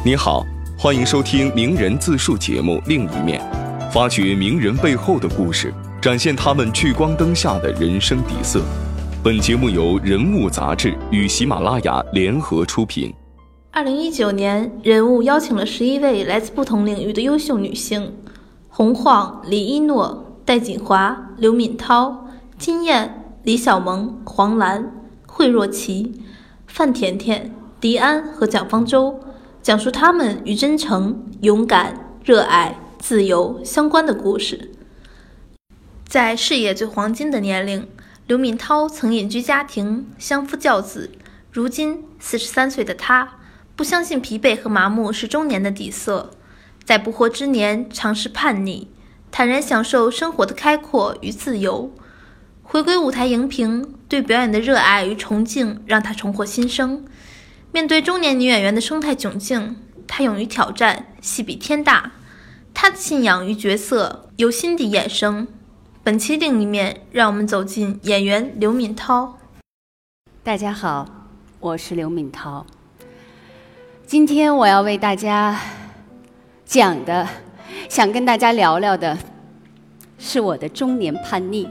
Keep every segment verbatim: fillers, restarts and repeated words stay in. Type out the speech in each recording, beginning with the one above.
你好，欢迎收听名人自述节目《另一面》，发掘名人背后的故事，展现他们聚光灯下的人生底色。本节目由人物杂志与喜马拉雅联合出品。 二零一九年，人物邀请了十一位来自不同领域的优秀女性：洪晃、李一诺、戴锦华、刘敏涛、金燕、李小萌、黄澜、惠若琪、范甜甜、狄安和蒋方舟，讲述他们与真诚、勇敢、热爱、自由相关的故事。在事业最黄金的年龄，刘敏涛曾隐居家庭，相夫教子。如今四十三岁的她，不相信疲惫和麻木是中年的底色，在不惑之年尝试叛逆，坦然享受生活的开阔与自由。回归舞台荧屏，对表演的热爱与崇敬让她重获新生。面对中年女演员的生态窘境，她勇于挑战，戏比天大。她的信仰与角色由心底衍生。本期另一面，让我们走进演员刘敏涛。 大家好，我是刘敏涛。今天我要为大家讲的，想跟大家聊聊的，是我的中年叛逆。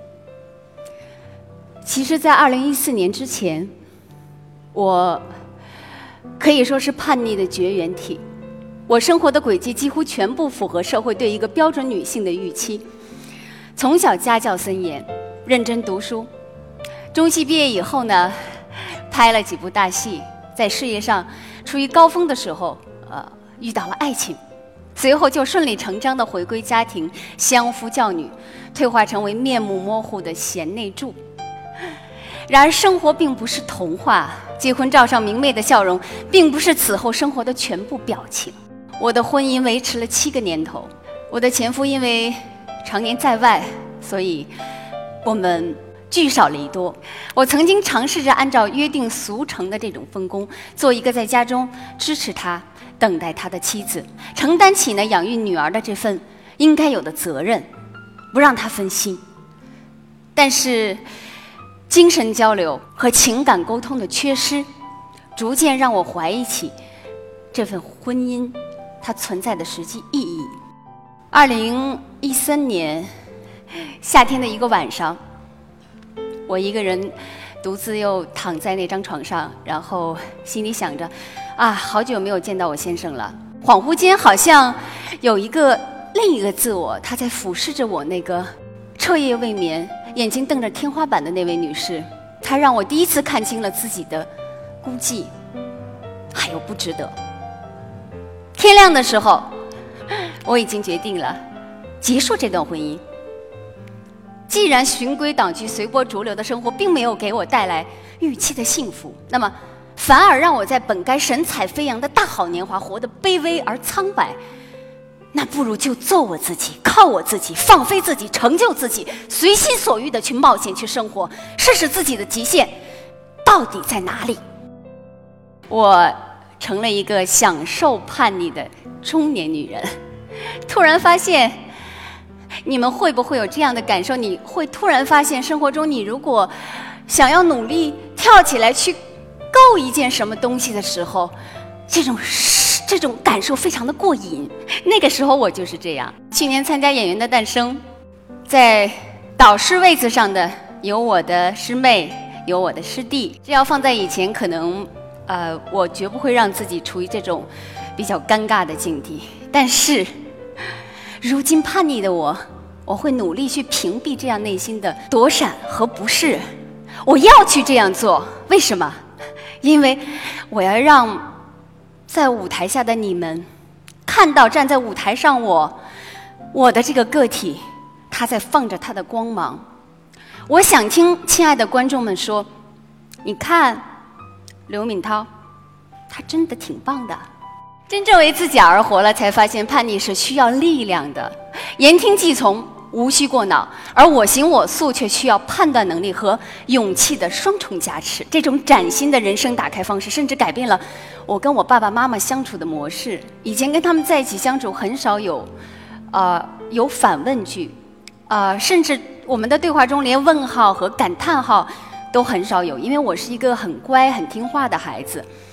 其实在二零一四年之前，我可以说是叛逆的绝缘体。我生活的轨迹几乎全部符合社会对一个标准女性的预期。从小家教森严，认真读书。中戏毕业以后呢，拍了几部大戏，在事业上处于高峰的时候，呃，遇到了爱情，随后就顺理成章地回归家庭，相夫教女，退化成为面目模糊的贤内助。然而生活并不是童话，结婚照上明媚的笑容，并不是此后生活的全部表情。我的婚姻维持了七个年头，我的前夫因为常年在外，所以我们聚少离多。我曾经尝试着按照约定俗成的这种分工，做一个在家中支持他、等待他的妻子，承担起呢养育女儿的这份应该有的责任，不让他分心。但是精神交流和情感沟通的缺失，逐渐让我怀疑起这份婚姻它存在的实际意义。二零一三年夏天的一个晚上，我一个人独自又躺在那张床上，然后心里想着啊，好久没有见到我先生了。恍惚间好像有一个另一个自我，他在俯视着我那个彻夜未眠、眼睛瞪着天花板的那位女士。她让我第一次看清了自己的孤寂还有不值得。天亮的时候，我已经决定了结束这段婚姻。既然循规蹈矩、随波逐流的生活并没有给我带来预期的幸福，那么反而让我在本该神采飞扬的大好年华活得卑微而苍白，那不如就做我自己，靠我自己，放飞自己，成就自己，随心所欲地去冒险，去生活，试试自己的极限到底在哪里。我成了一个享受叛逆的中年女人。突然发现，你们会不会有这样的感受？你会突然发现，生活中你如果想要努力跳起来去够一件什么东西的时候，这种这种感受非常的过瘾。那个时候我就是这样。去年参加《演员的诞生》，在导师位子上的有我的师妹，有我的师弟。这要放在以前，可能呃，我绝不会让自己处于这种比较尴尬的境地。但是如今叛逆的我，我会努力去屏蔽这样内心的躲闪和不适。我要去这样做，为什么？因为我要让在舞台下的你们看到站在舞台上我我的这个个体，他在放着他的光芒。我想听亲爱的观众们说，你看刘敏涛她真的挺棒的。真正为自己而活了，才发现叛逆是需要力量的，言听计从无需过脑，而我行我素却需要判断能力和勇气的双重加持。这种崭新的人生打开方式，甚至改变了我跟我爸爸妈妈相处的模式。以前跟他们在一起相处，很少有呃有反问句，呃甚至我们的对话中连问号和感叹号都很少有，因为我是一个很乖很听话的孩子。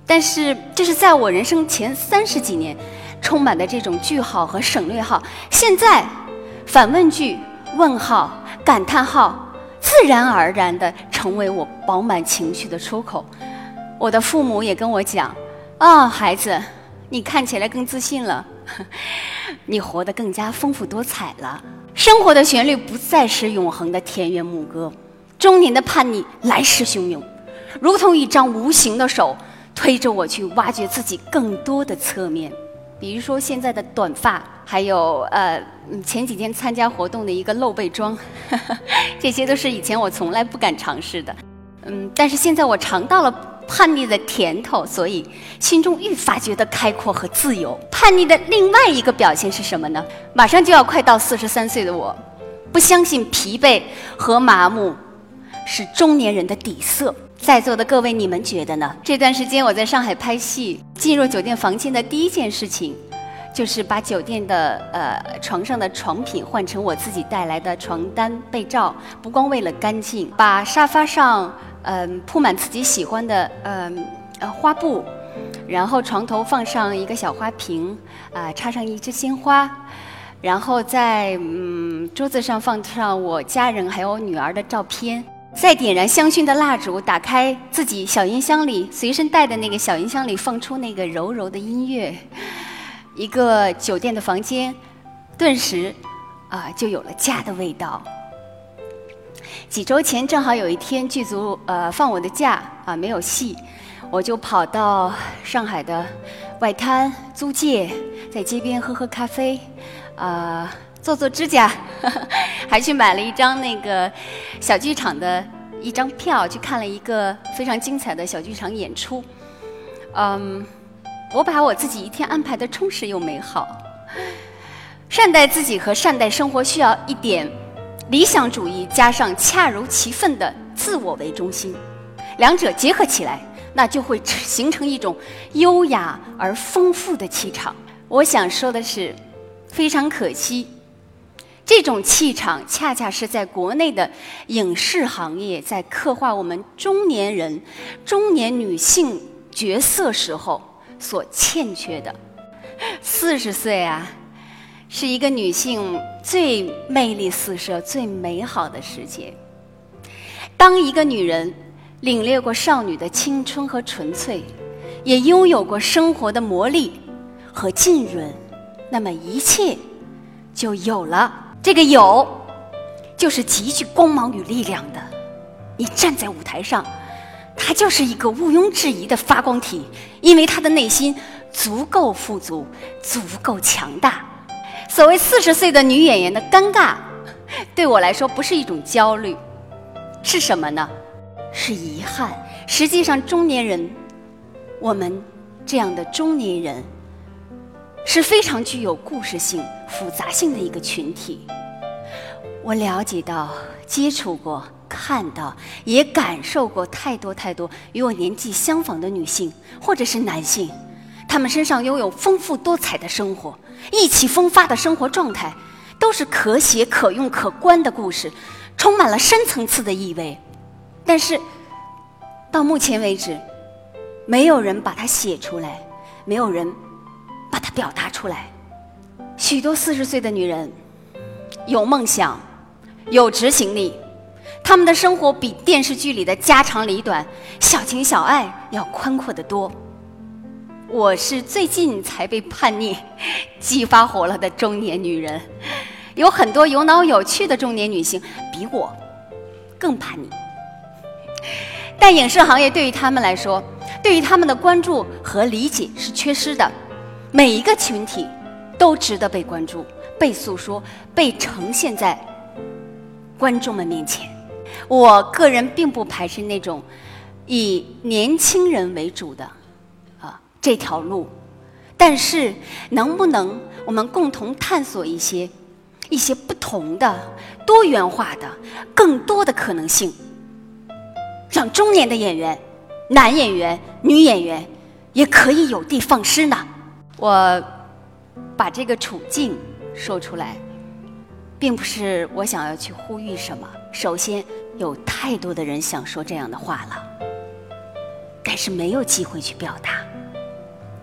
但是这是在我人生前三十几年充满的这种句号和省略号，现在反问句、问号、感叹号自然而然地成为我饱满情绪的出口。我的父母也跟我讲，啊、哦，孩子，你看起来更自信了，你活得更加丰富多彩了。生活的旋律不再是永恒的田园牧歌，中年的叛逆来势汹涌，如同一张无形的手推着我去挖掘自己更多的侧面。比如说现在的短发，还有呃前几天参加活动的一个露背装，呵呵，这些都是以前我从来不敢尝试的。嗯，但是现在我尝到了叛逆的甜头，所以心中愈发觉得开阔和自由。叛逆的另外一个表现是什么呢？马上就要快到四十三岁的我，不相信疲惫和麻木是中年人的底色。在座的各位，你们觉得呢？这段时间我在上海拍戏，进入酒店房间的第一件事情，就是把酒店的呃床上的床品换成我自己带来的床单被罩，不光为了干净，把沙发上嗯、呃、铺满自己喜欢的呃呃花布，然后床头放上一个小花瓶，啊、呃、插上一支鲜花，然后在嗯桌子上放上我家人还有我女儿的照片。再点燃香薰的蜡烛，打开自己小音箱里随身带的那个小音箱里，放出那个柔柔的音乐，一个酒店的房间顿时啊、呃、就有了家的味道。几周前正好有一天剧组呃放我的假啊、呃、没有戏，我就跑到上海的外滩租界，在街边喝喝咖啡，啊、呃做做指甲，呵呵，还去买了一张那个小剧场的一张票，去看了一个非常精彩的小剧场演出。嗯，我把我自己一天安排的充实又美好。善待自己和善待生活需要一点理想主义加上恰如其分的自我为中心，两者结合起来，那就会形成一种优雅而丰富的气场。我想说的是，非常可惜，这种气场恰恰是在国内的影视行业在刻画我们中年人、中年女性角色时候所欠缺的。四十岁啊，是一个女性最魅力四射、最美好的时节。当一个女人领略过少女的青春和纯粹，也拥有过生活的磨砺和浸润，那么一切就有了。这个有，就是极具光芒与力量的。你站在舞台上，她就是一个毋庸置疑的发光体，因为她的内心足够富足，足够强大。所谓四十岁的女演员的尴尬，对我来说不是一种焦虑，是什么呢？是遗憾。实际上，中年人，我们这样的中年人，是非常具有故事性、复杂性的一个群体。我了解到、接触过、看到，也感受过太多太多与我年纪相仿的女性或者是男性，他们身上拥有丰富多彩的生活，意气风发的生活状态，都是可写、可用、可观的故事，充满了深层次的意味。但是到目前为止，没有人把它写出来，没有人把它表达出来。许多四十岁的女人有梦想，有执行力，她们的生活比电视剧里的家长里短、小情小爱要宽阔得多。我是最近才被叛逆激发火了的中年女人，有很多有脑有趣的中年女性比我更叛逆，但影视行业对于她们来说，对于她们的关注和理解是缺失的。每一个群体都值得被关注、被诉说、被呈现在观众们面前。我个人并不排斥那种以年轻人为主的啊这条路，但是能不能我们共同探索一些一些不同的、多元化的、更多的可能性，让中年的演员、男演员、女演员也可以有的放矢呢？我把这个处境说出来，并不是我想要去呼吁什么。首先，有太多的人想说这样的话了，但是没有机会去表达。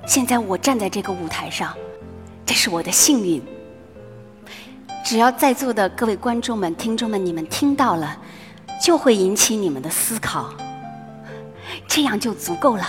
现在我站在这个舞台上，这是我的幸运。只要在座的各位观众们、听众们，你们听到了，就会引起你们的思考，这样就足够了。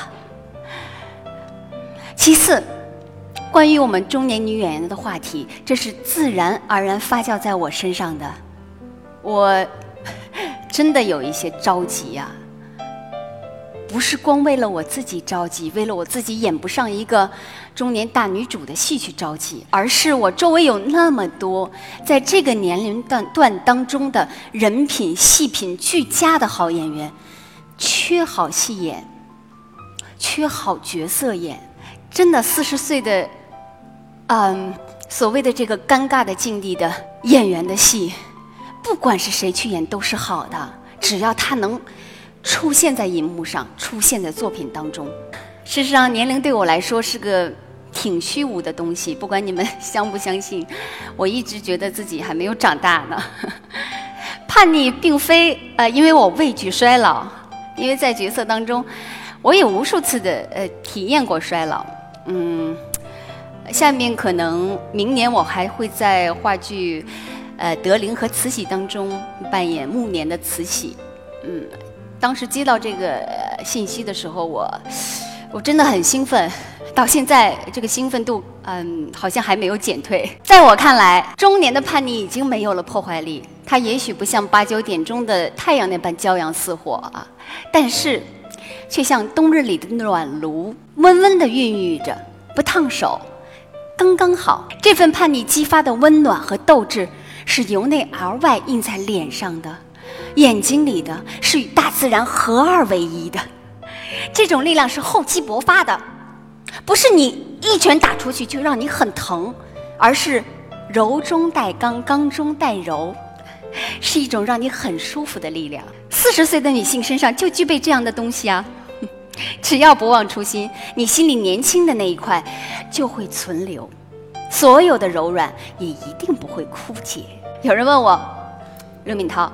其次，关于我们中年女演员的话题，这是自然而然发酵在我身上的。我真的有一些着急呀、啊，不是光为了我自己着急，为了我自己演不上一个中年大女主的戏去着急，而是我周围有那么多在这个年龄段段当中的人品、戏品俱佳的好演员，缺好戏演，缺好角色演。真的四十岁的，嗯，所谓的这个尴尬的境地的演员的戏，不管是谁去演都是好的，只要他能出现在荧幕上，出现在作品当中。事实上，年龄对我来说是个挺虚无的东西，不管你们相不相信，我一直觉得自己还没有长大呢。叛逆并非呃，因为我畏惧衰老，因为在角色当中，我也无数次的呃体验过衰老。嗯，下面可能明年我还会在话剧呃《德龄》和《慈禧》当中扮演暮年的慈禧。嗯，当时接到这个、呃、信息的时候，我我真的很兴奋，到现在这个兴奋度嗯好像还没有减退。在我看来，中年的叛逆已经没有了破坏力，它也许不像八九点钟的太阳那般骄阳似火啊，但是却像冬日里的暖炉，温温地孕育着，不烫手，刚刚好。这份叛逆激发的温暖和斗志，是由内而外印在脸上的，眼睛里的，是与大自然合二为一的。这种力量是厚积薄发的，不是你一拳打出去就让你很疼，而是柔中带刚，刚中带柔，是一种让你很舒服的力量。四十岁的女性身上就具备这样的东西啊！只要不忘初心，你心里年轻的那一块就会存留，所有的柔软也一定不会枯竭。有人问我，刘敏涛，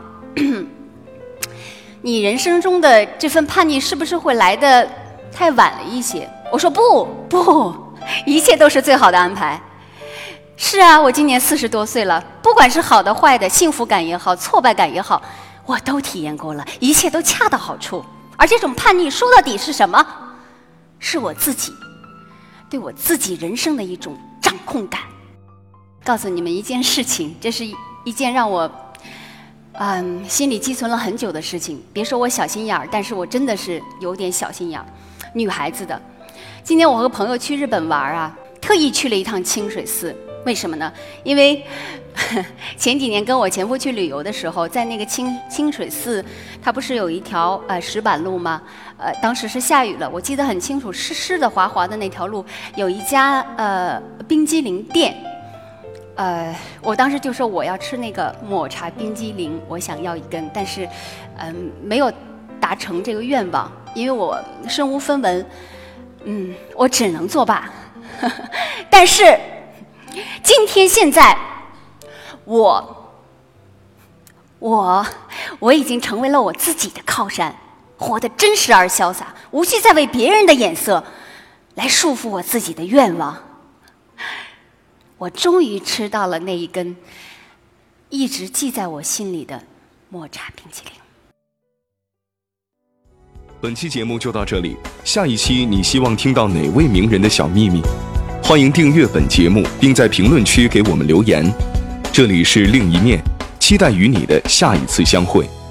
你人生中的这份叛逆是不是会来得太晚了一些？我说不不，一切都是最好的安排。是啊，我今年四十多岁了，不管是好的坏的，幸福感也好，挫败感也好，我都体验过了，一切都恰到好处。而这种叛逆说到底是什么？是我自己对我自己人生的一种掌控感。告诉你们一件事情，这是一件让我嗯心里积存了很久的事情。别说我小心眼儿，但是我真的是有点小心眼儿，女孩子的。今年我和朋友去日本玩啊，特意去了一趟清水寺。为什么呢？因为前几年跟我前夫去旅游的时候，在那个清清水寺，它不是有一条呃石板路吗？呃，当时是下雨了，我记得很清楚，湿湿的滑滑的那条路，有一家呃冰激凌店，呃，我当时就说我要吃那个抹茶冰激凌，我想要一根，但是嗯、呃、没有达成这个愿望，因为我身无分文，嗯，我只能作罢。但是今天现在，我，我，我已经成为了我自己的靠山，活得真实而潇洒，无需再为别人的眼色来束缚我自己的愿望。我终于吃到了那一根一直记在我心里的抹茶冰淇淋。 本期节目就到这里，下一期你希望听到哪位名人的小秘密？欢迎订阅本节目，并在评论区给我们留言。这里是另一面，期待与你的下一次相会。